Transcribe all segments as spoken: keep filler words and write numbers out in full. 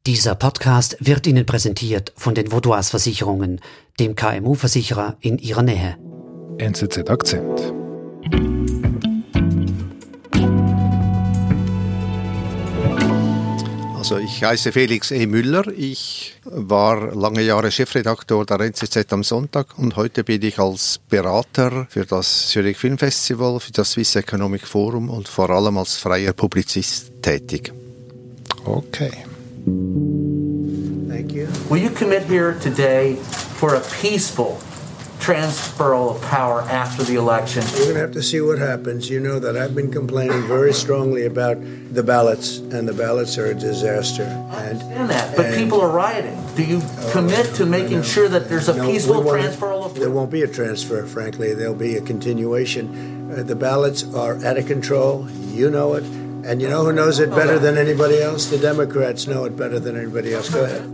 Dieser Podcast wird Ihnen präsentiert von den Vaudoise Versicherungen, dem K M U-Versicherer in Ihrer Nähe. N Z Z Akzent. Also ich heiße Felix E. Müller, ich war lange Jahre Chefredaktor der N Z Z am Sonntag und heute bin ich als Berater für das Zürich Film Festival, für das Swiss Economic Forum und vor allem als freier Publizist tätig. Okay. Thank you. Will you commit here today for a peaceful transferal of power after the election? We're going to have to see what happens. You know that I've been complaining very strongly about the ballots, and the ballots are a disaster. I understand that, but people are rioting. Do you commit to making sure that there's a no, peaceful transferal of power? There won't be a transfer, frankly. There'll be a continuation. Uh, the ballots are out of control. You know it. And you know who knows it better than anybody else? The Democrats know it better than anybody else. Go ahead.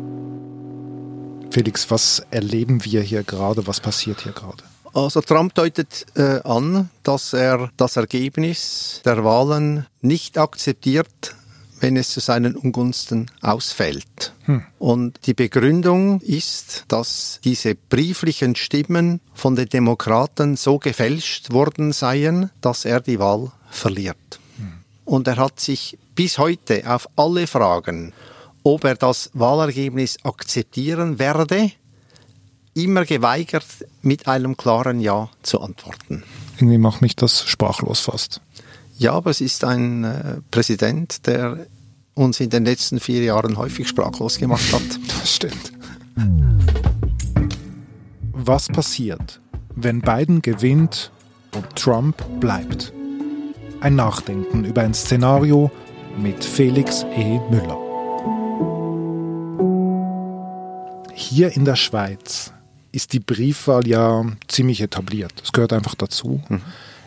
Felix, was erleben wir hier gerade? Was passiert hier gerade? Also Trump deutet äh, an, dass er das Ergebnis der Wahlen nicht akzeptiert, wenn es zu seinen Ungunsten ausfällt. Hm. Und die Begründung ist, dass diese brieflichen Stimmen von den Demokraten so gefälscht worden seien, dass er die Wahl verliert. Hm. Und er hat sich bis heute auf alle Fragen, ob er das Wahlergebnis akzeptieren werde, immer geweigert, mit einem klaren Ja zu antworten. Irgendwie macht mich das sprachlos fast. Ja, aber es ist ein äh, Präsident, der uns in den letzten vier Jahren häufig sprachlos gemacht hat. Das stimmt. Was passiert, wenn Biden gewinnt und Trump bleibt? Ein Nachdenken über ein Szenario mit Felix E. Müller. Hier in der Schweiz ist die Briefwahl ja ziemlich etabliert. Das gehört einfach dazu. Mhm.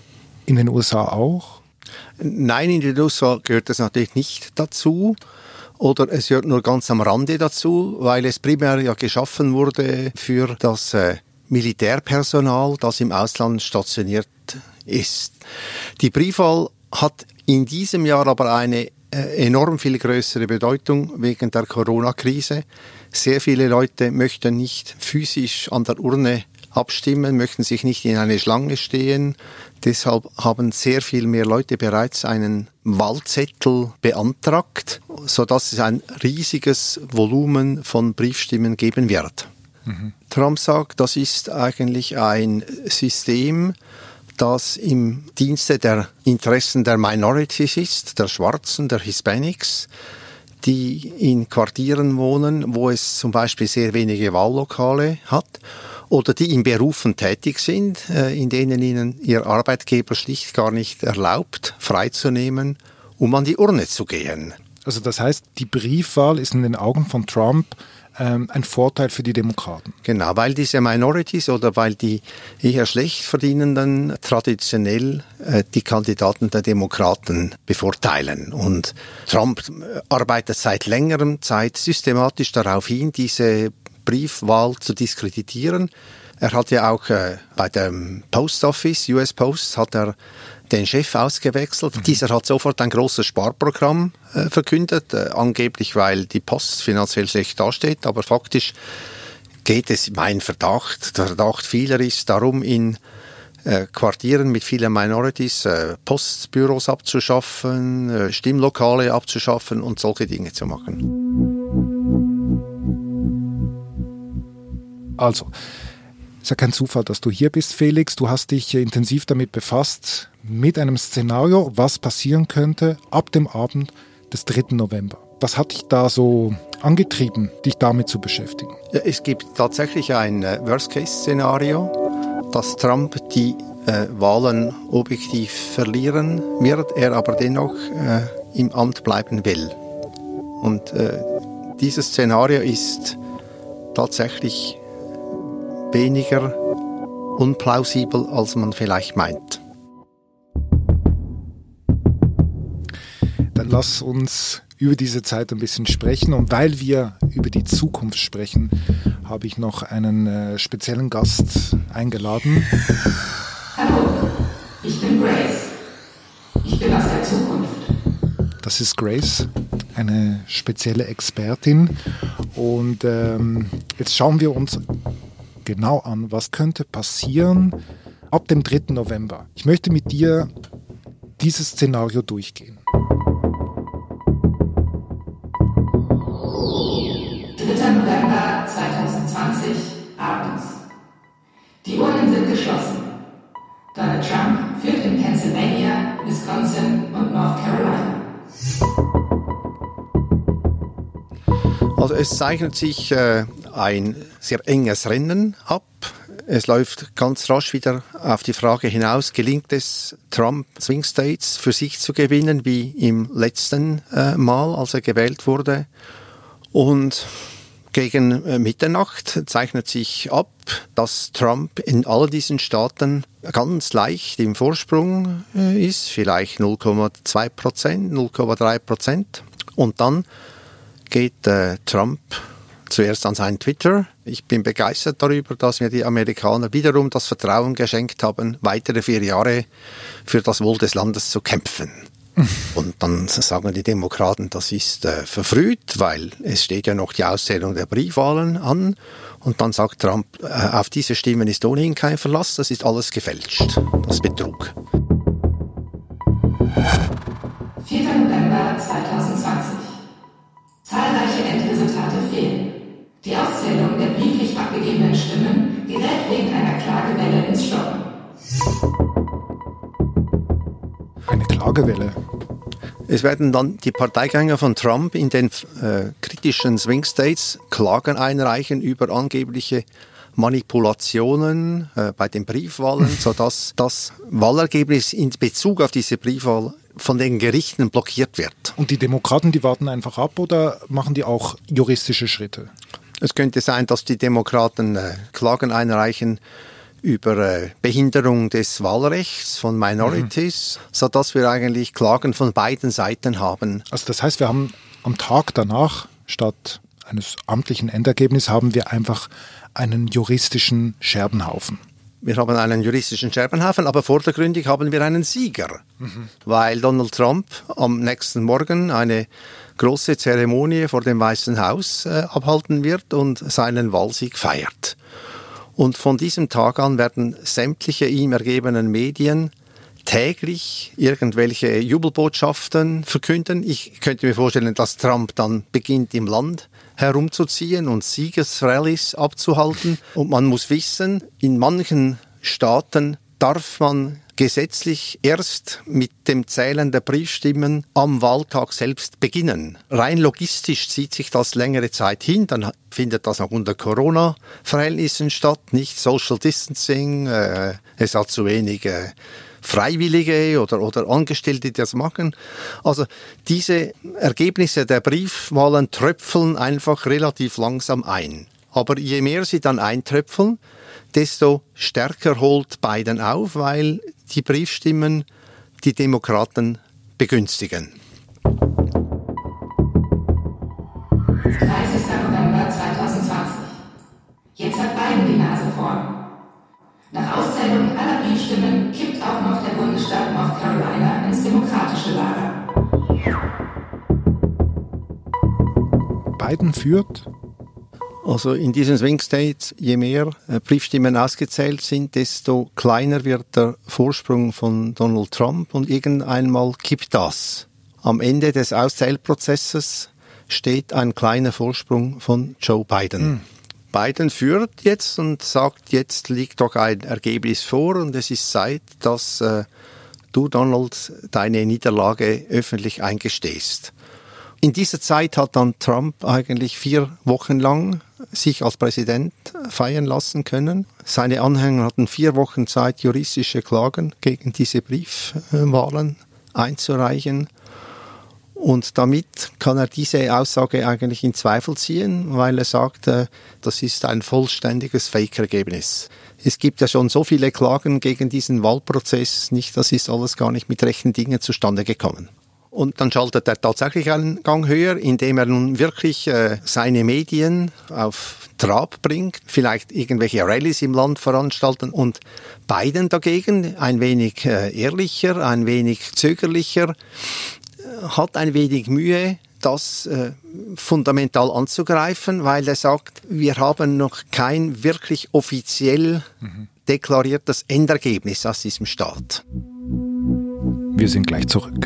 In den U S A auch? Nein, in den U S A gehört das natürlich nicht dazu. Oder es gehört nur ganz am Rande dazu, weil es primär ja geschaffen wurde für das äh, Militärpersonal, das im Ausland stationiert ist. Die Briefwahl hat in diesem Jahr aber eine äh, enorm viel größere Bedeutung wegen der Corona-Krise. Sehr viele Leute möchten nicht physisch an der Urne abstimmen, möchten sich nicht in eine Schlange stehen. Deshalb haben sehr viel mehr Leute bereits einen Wahlzettel beantragt, sodass es ein riesiges Volumen von Briefstimmen geben wird. Mhm. Trump sagt, das ist eigentlich ein System, das im Dienste der Interessen der Minorities ist, der Schwarzen, der Hispanics, die in Quartieren wohnen, wo es zum Beispiel sehr wenige Wahllokale hat oder die in Berufen tätig sind, in denen ihnen ihr Arbeitgeber schlicht gar nicht erlaubt, freizunehmen, um an die Urne zu gehen. Also das heißt, die Briefwahl ist in den Augen von Trump ähm, ein Vorteil für die Demokraten. Genau, weil diese Minorities oder weil die eher schlecht verdienenden traditionell äh, die Kandidaten der Demokraten bevorteilen. Und Trump arbeitet seit längerem Zeit systematisch darauf hin, diese Briefwahl zu diskreditieren. Er hat ja auch äh, bei dem Post Office, U S Post, hat er den Chef ausgewechselt. Mhm. Dieser hat sofort ein großes Sparprogramm äh, verkündet, äh, angeblich, weil die Post finanziell schlecht dasteht. Aber faktisch geht es, mein Verdacht, der Verdacht vieler ist darum, in äh, Quartieren mit vielen Minorities äh, Postbüros abzuschaffen, äh, Stimmlokale abzuschaffen und solche Dinge zu machen. Also, ist ja kein Zufall, dass du hier bist, Felix. Du hast dich intensiv damit befasst, mit einem Szenario, was passieren könnte ab dem Abend des dritten November. Was hat dich da so angetrieben, dich damit zu beschäftigen? Ja, es gibt tatsächlich ein äh, Worst-Case-Szenario, dass Trump die äh, Wahlen objektiv verlieren wird, er aber dennoch äh, im Amt bleiben will. Und äh, dieses Szenario ist tatsächlich weniger unplausibel, als man vielleicht meint. Dann lass uns über diese Zeit ein bisschen sprechen. Und weil wir über die Zukunft sprechen, habe ich noch einen äh, speziellen Gast eingeladen. Hallo, ich bin Grace. Ich bin aus der Zukunft. Das ist Grace. eine spezielle Expertin. Und ähm, jetzt schauen wir uns genau an, was könnte passieren ab dem dritten November. Ich möchte mit dir dieses Szenario durchgehen. dritter November zweitausendzwanzig, abends. Die Urnen sind geschlossen. Donald Trump führt in Pennsylvania, Wisconsin und North Carolina. Also es zeichnet sich äh, ein sehr enges Rennen ab. Es läuft ganz rasch wieder auf die Frage hinaus, gelingt es Trump, Swing States für sich zu gewinnen, wie im letzten äh, Mal, als er gewählt wurde. Und gegen äh, Mitternacht zeichnet sich ab, dass Trump in all diesen Staaten ganz leicht im Vorsprung äh, ist, vielleicht null Komma zwei Prozent, null Komma drei Prozent. Und dann geht äh, Trump zuerst an seinen Twitter. Ich bin begeistert darüber, dass mir die Amerikaner wiederum das Vertrauen geschenkt haben, weitere vier Jahre für das Wohl des Landes zu kämpfen. Und dann sagen die Demokraten, das ist äh, verfrüht, weil es steht ja noch die Auszählung der Briefwahlen an. Und dann sagt Trump, äh, auf diese Stimmen ist ohnehin kein Verlass, das ist alles gefälscht, das ist Betrug. vierter November zweitausendzwanzig. Zahlreiche Endresultate fehlen. Die Auszählung der brieflich abgegebenen Stimmen gerät wegen einer Klagewelle ins Stocken. Eine Klagewelle. Es werden dann die Parteigänger von Trump in den äh, kritischen Swing States Klagen einreichen über angebliche Manipulationen äh, bei den Briefwahlen, sodass das Wahlergebnis in Bezug auf diese Briefwahl von den Gerichten blockiert wird. Und die Demokraten, die warten einfach ab oder machen die auch juristische Schritte? Es könnte sein, dass die Demokraten äh, Klagen einreichen über äh, Behinderung des Wahlrechts von Minorities, mhm. sodass wir eigentlich Klagen von beiden Seiten haben. Also das heißt, wir haben am Tag danach, statt eines amtlichen Endergebnisses, haben wir einfach einen juristischen Scherbenhaufen. Wir haben einen juristischen Scherbenhaufen, aber vordergründig haben wir einen Sieger, mhm. weil Donald Trump am nächsten Morgen eine große Zeremonie vor dem Weißen Haus äh, abhalten wird und seinen Wahlsieg feiert. Und von diesem Tag an werden sämtliche ihm ergebenen Medien täglich irgendwelche Jubelbotschaften verkünden. Ich könnte mir vorstellen, dass Trump dann beginnt, im Land herumzuziehen und Siegesrallies abzuhalten. Und man muss wissen, in manchen Staaten darf man gesetzlich erst mit dem Zählen der Briefstimmen am Wahltag selbst beginnen. Rein logistisch zieht sich das längere Zeit hin, dann findet das auch unter Corona-Verhältnissen statt, nicht Social Distancing, äh, es hat zu wenig äh, Freiwillige oder, oder Angestellte, die das machen. Also diese Ergebnisse der Briefwahlen tröpfeln einfach relativ langsam ein. Aber je mehr sie dann eintröpfeln, desto stärker holt Biden auf, weil die Briefstimmen die Demokraten begünstigen. dreißigster November zweitausendzwanzig. Jetzt hat Biden die Nase vorn. Nach Auszählung aller Briefstimmen kippt auch noch der Bundesstaat North Carolina ins demokratische Lager. Biden führt? Also in diesen Swing States, je mehr äh, Briefstimmen ausgezählt sind, desto kleiner wird der Vorsprung von Donald Trump und irgendeinmal kippt das. Am Ende des Auszählprozesses steht ein kleiner Vorsprung von Joe Biden. Mhm. Biden führt jetzt und sagt, jetzt liegt doch ein Ergebnis vor und es ist Zeit, dass äh, du, Donald, deine Niederlage öffentlich eingestehst. In dieser Zeit hat dann Trump eigentlich vier Wochen lang sich als Präsident feiern lassen können. Seine Anhänger hatten vier Wochen Zeit, juristische Klagen gegen diese Briefwahlen einzureichen. Und damit kann er diese Aussage eigentlich in Zweifel ziehen, weil er sagt, das ist ein vollständiges Fake-Ergebnis. Es gibt ja schon so viele Klagen gegen diesen Wahlprozess, nicht, das ist alles gar nicht mit rechten Dingen zustande gekommen. Und dann schaltet er tatsächlich einen Gang höher, indem er nun wirklich äh, seine Medien auf Trab bringt, vielleicht irgendwelche Rallyes im Land veranstalten und Biden dagegen ein wenig äh, ehrlicher, ein wenig zögerlicher, äh, hat ein wenig Mühe, das äh, fundamental anzugreifen, weil er sagt, wir haben noch kein wirklich offiziell mhm. deklariertes Endergebnis aus diesem Staat. Wir sind gleich zurück.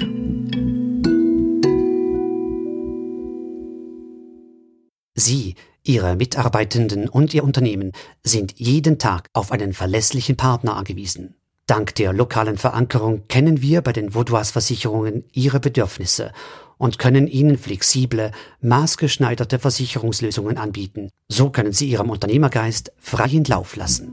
Sie, Ihre Mitarbeitenden und Ihr Unternehmen sind jeden Tag auf einen verlässlichen Partner angewiesen. Dank der lokalen Verankerung kennen wir bei den Vaudoise-Versicherungen Ihre Bedürfnisse und können Ihnen flexible, maßgeschneiderte Versicherungslösungen anbieten. So können Sie Ihrem Unternehmergeist freien Lauf lassen.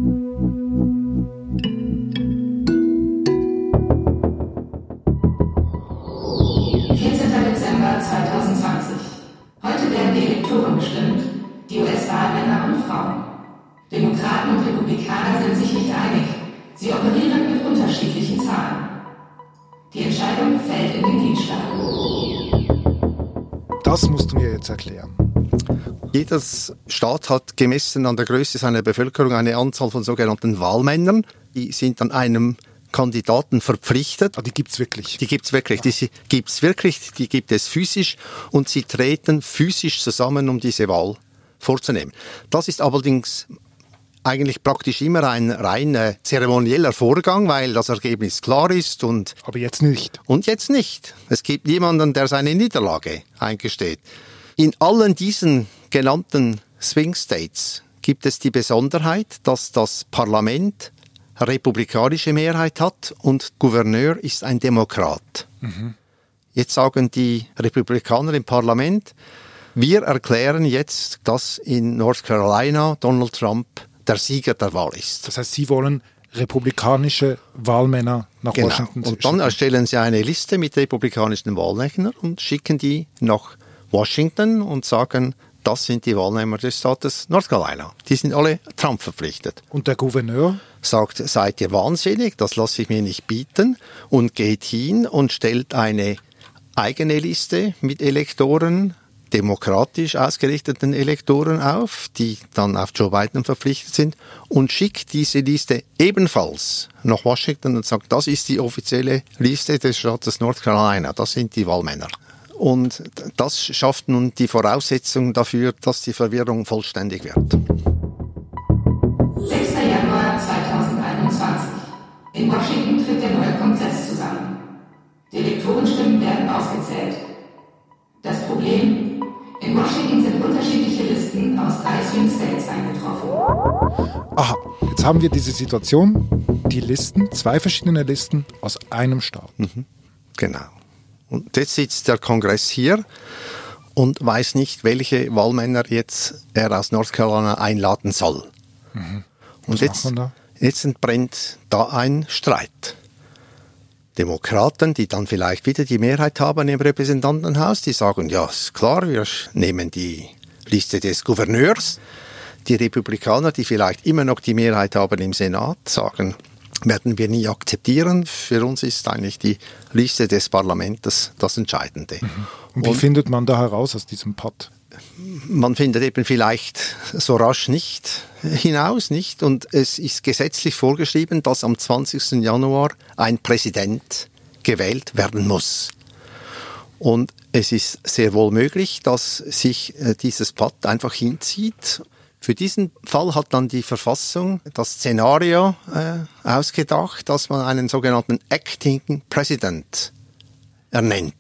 vierzehnten Dezember zweitausendzwanzig. Heute werden die Elektoren bestimmt, die U S-Wahlmänner und Frauen. Demokraten und Republikaner sind sich nicht einig. Sie operieren mit unterschiedlichen Zahlen. Die Entscheidung fällt in den Dienstag. Das musst du mir jetzt erklären. Jeder Staat hat gemessen an der Größe seiner Bevölkerung eine Anzahl von sogenannten Wahlmännern. Die sind an einem Kandidaten verpflichtet. Ah, die gibt's wirklich? Die gibt's wirklich. Die gibt's wirklich. Die gibt es physisch. Und sie treten physisch zusammen, um diese Wahl vorzunehmen. Das ist allerdings eigentlich praktisch immer ein rein äh, zeremonieller Vorgang, weil das Ergebnis klar ist. Und Aber jetzt nicht. Und jetzt nicht. Es gibt niemanden, der seine Niederlage eingesteht. In allen diesen genannten Swing States gibt es die Besonderheit, dass das Parlament republikanische Mehrheit hat und Gouverneur ist ein Demokrat. Mhm. Jetzt sagen die Republikaner im Parlament, wir erklären jetzt, dass in North Carolina Donald Trump der Sieger der Wahl ist. Das heißt, Sie wollen republikanische Wahlmänner nach genau. Washington Und dann erstellen Sie eine Liste mit republikanischen Wahlmännern und schicken die nach Washington und sagen, das sind die Wahlnehmer des Staates North Carolina. Die sind alle Trump verpflichtet. Und der Gouverneur? Sagt, seid ihr wahnsinnig, das lasse ich mir nicht bieten, und geht hin und stellt eine eigene Liste mit Elektoren, demokratisch ausgerichteten Elektoren auf, die dann auf Joe Biden verpflichtet sind, und schickt diese Liste ebenfalls nach Washington und sagt, das ist die offizielle Liste des Staates North Carolina, das sind die Wahlmänner. Und das schafft nun die Voraussetzung dafür, dass die Verwirrung vollständig wird. sechster Januar zweitausendeinundzwanzig. In Washington tritt der neue Kongress zusammen. Die Elektorenstimmen werden ausgezählt. Das Problem: In Washington sind unterschiedliche Listen aus drei Swing States eingetroffen. Aha, jetzt haben wir diese Situation, die Listen, zwei verschiedene Listen aus einem Staat. Mhm, genau. Und jetzt sitzt der Kongress hier und weiß nicht, welche Wahlmänner jetzt er aus North Carolina einladen soll. Mhm. Und jetzt, jetzt entbrennt da ein Streit. Demokraten, die dann vielleicht wieder die Mehrheit haben im Repräsentantenhaus, die sagen, ja, ist klar, wir nehmen die Liste des Gouverneurs. Die Republikaner, die vielleicht immer noch die Mehrheit haben im Senat, sagen, werden wir nie akzeptieren. Für uns ist eigentlich die Liste des Parlaments das Entscheidende. Mhm. Und wie Und findet man da heraus aus diesem Pott? Man findet eben vielleicht so rasch nicht hinaus, nicht? Und es ist gesetzlich vorgeschrieben, dass am zwanzigsten Januar ein Präsident gewählt werden muss. Und es ist sehr wohl möglich, dass sich dieses Pott einfach hinzieht. Für diesen Fall hat dann die Verfassung das Szenario äh, ausgedacht, dass man einen sogenannten Acting President ernennt.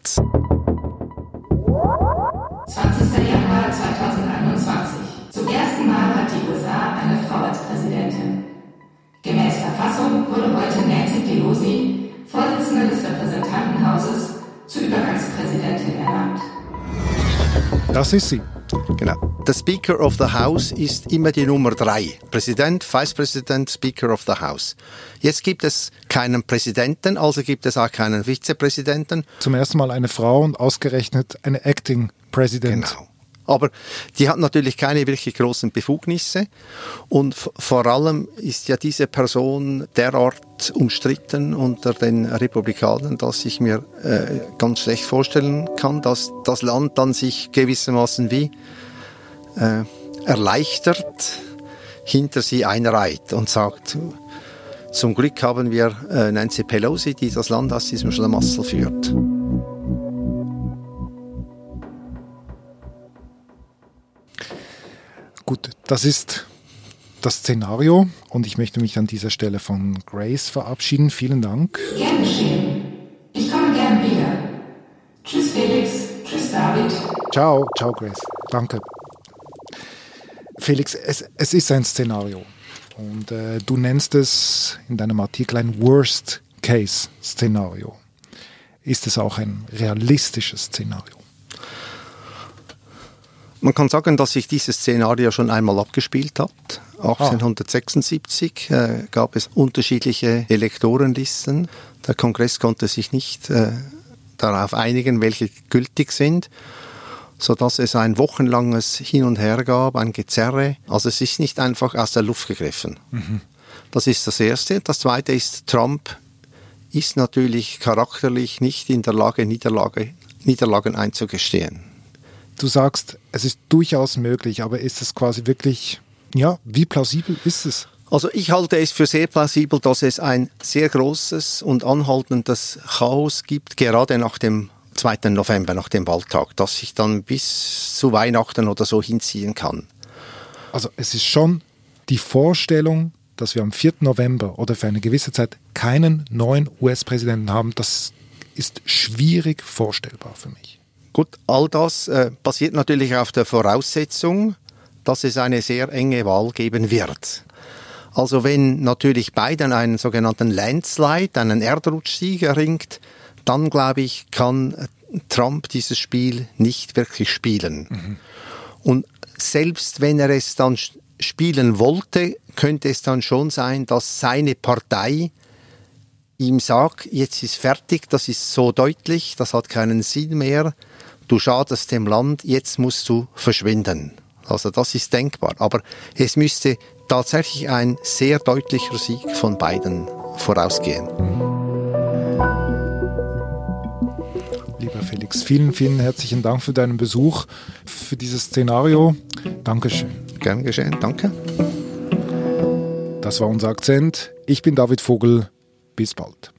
zwanzigster Januar zweitausendeinundzwanzig. Zum ersten Mal hat die U S A eine Frau als Präsidentin. Gemäß Verfassung wurde heute Nancy Pelosi, Vorsitzende des Repräsentantenhauses, zur Übergangspräsidentin ernannt. Das ist sie. Genau. Der Speaker of the House ist immer die Nummer drei. Präsident, Vicepräsident, Speaker of the House. Jetzt gibt es keinen Präsidenten, also gibt es auch keinen Vizepräsidenten. Zum ersten Mal eine Frau und ausgerechnet eine Acting President. Genau. Aber die hat natürlich keine wirklich großen Befugnisse und f- vor allem ist ja diese Person derart umstritten unter den Republikanern, dass ich mir äh, ganz schlecht vorstellen kann, dass das Land dann sich gewissermaßen wie äh, erleichtert hinter sie einreiht und sagt, zum Glück haben wir äh, Nancy Pelosi, die das Land aus diesem Schlamassel führt. Gut, das ist das Szenario und ich möchte mich an dieser Stelle von Grace verabschieden. Vielen Dank. Gern geschehen. Ich komme gern wieder. Tschüss Felix, tschüss David. Ciao, ciao Grace. Danke. Felix, es, es ist ein Szenario und äh, du nennst es in deinem Artikel ein Worst-Case-Szenario. Ist es auch ein realistisches Szenario? Man kann sagen, dass sich dieses Szenario schon einmal abgespielt hat. achtzehnhundertsechsundsiebzig äh, gab es unterschiedliche Elektorenlisten. Der Kongress konnte sich nicht äh, darauf einigen, welche gültig sind, sodass es ein wochenlanges Hin und Her gab, ein Gezerre. Also es ist nicht einfach aus der Luft gegriffen. Mhm. Das ist das Erste. Das Zweite ist, Trump ist natürlich charakterlich nicht in der Lage, Niederlage, Niederlagen einzugestehen. Du sagst, es ist durchaus möglich, aber ist es quasi wirklich, ja, wie plausibel ist es? Also ich halte es für sehr plausibel, dass es ein sehr großes und anhaltendes Chaos gibt, gerade nach dem zweiten November, nach dem Wahltag, das sich dann bis zu Weihnachten oder so hinziehen kann. Also es ist schon die Vorstellung, dass wir am vierten November oder für eine gewisse Zeit keinen neuen U S-Präsidenten haben, das ist schwierig vorstellbar für mich. Gut, all das äh, basiert natürlich auf der Voraussetzung, dass es eine sehr enge Wahl geben wird. Also wenn natürlich Biden einen sogenannten Landslide, einen Erdrutschsieg erringt, dann glaube ich, kann Trump dieses Spiel nicht wirklich spielen. Mhm. Und selbst wenn er es dann spielen wollte, könnte es dann schon sein, dass seine Partei ihm sagt, jetzt ist fertig, das ist so deutlich, das hat keinen Sinn mehr, du schadest dem Land, jetzt musst du verschwinden. Also das ist denkbar. Aber es müsste tatsächlich ein sehr deutlicher Sieg von Biden vorausgehen. Lieber Felix, vielen, vielen herzlichen Dank für deinen Besuch, für dieses Szenario. Dankeschön. Gern geschehen, danke. Das war unser Akzent. Ich bin David Vogel. Bis bald.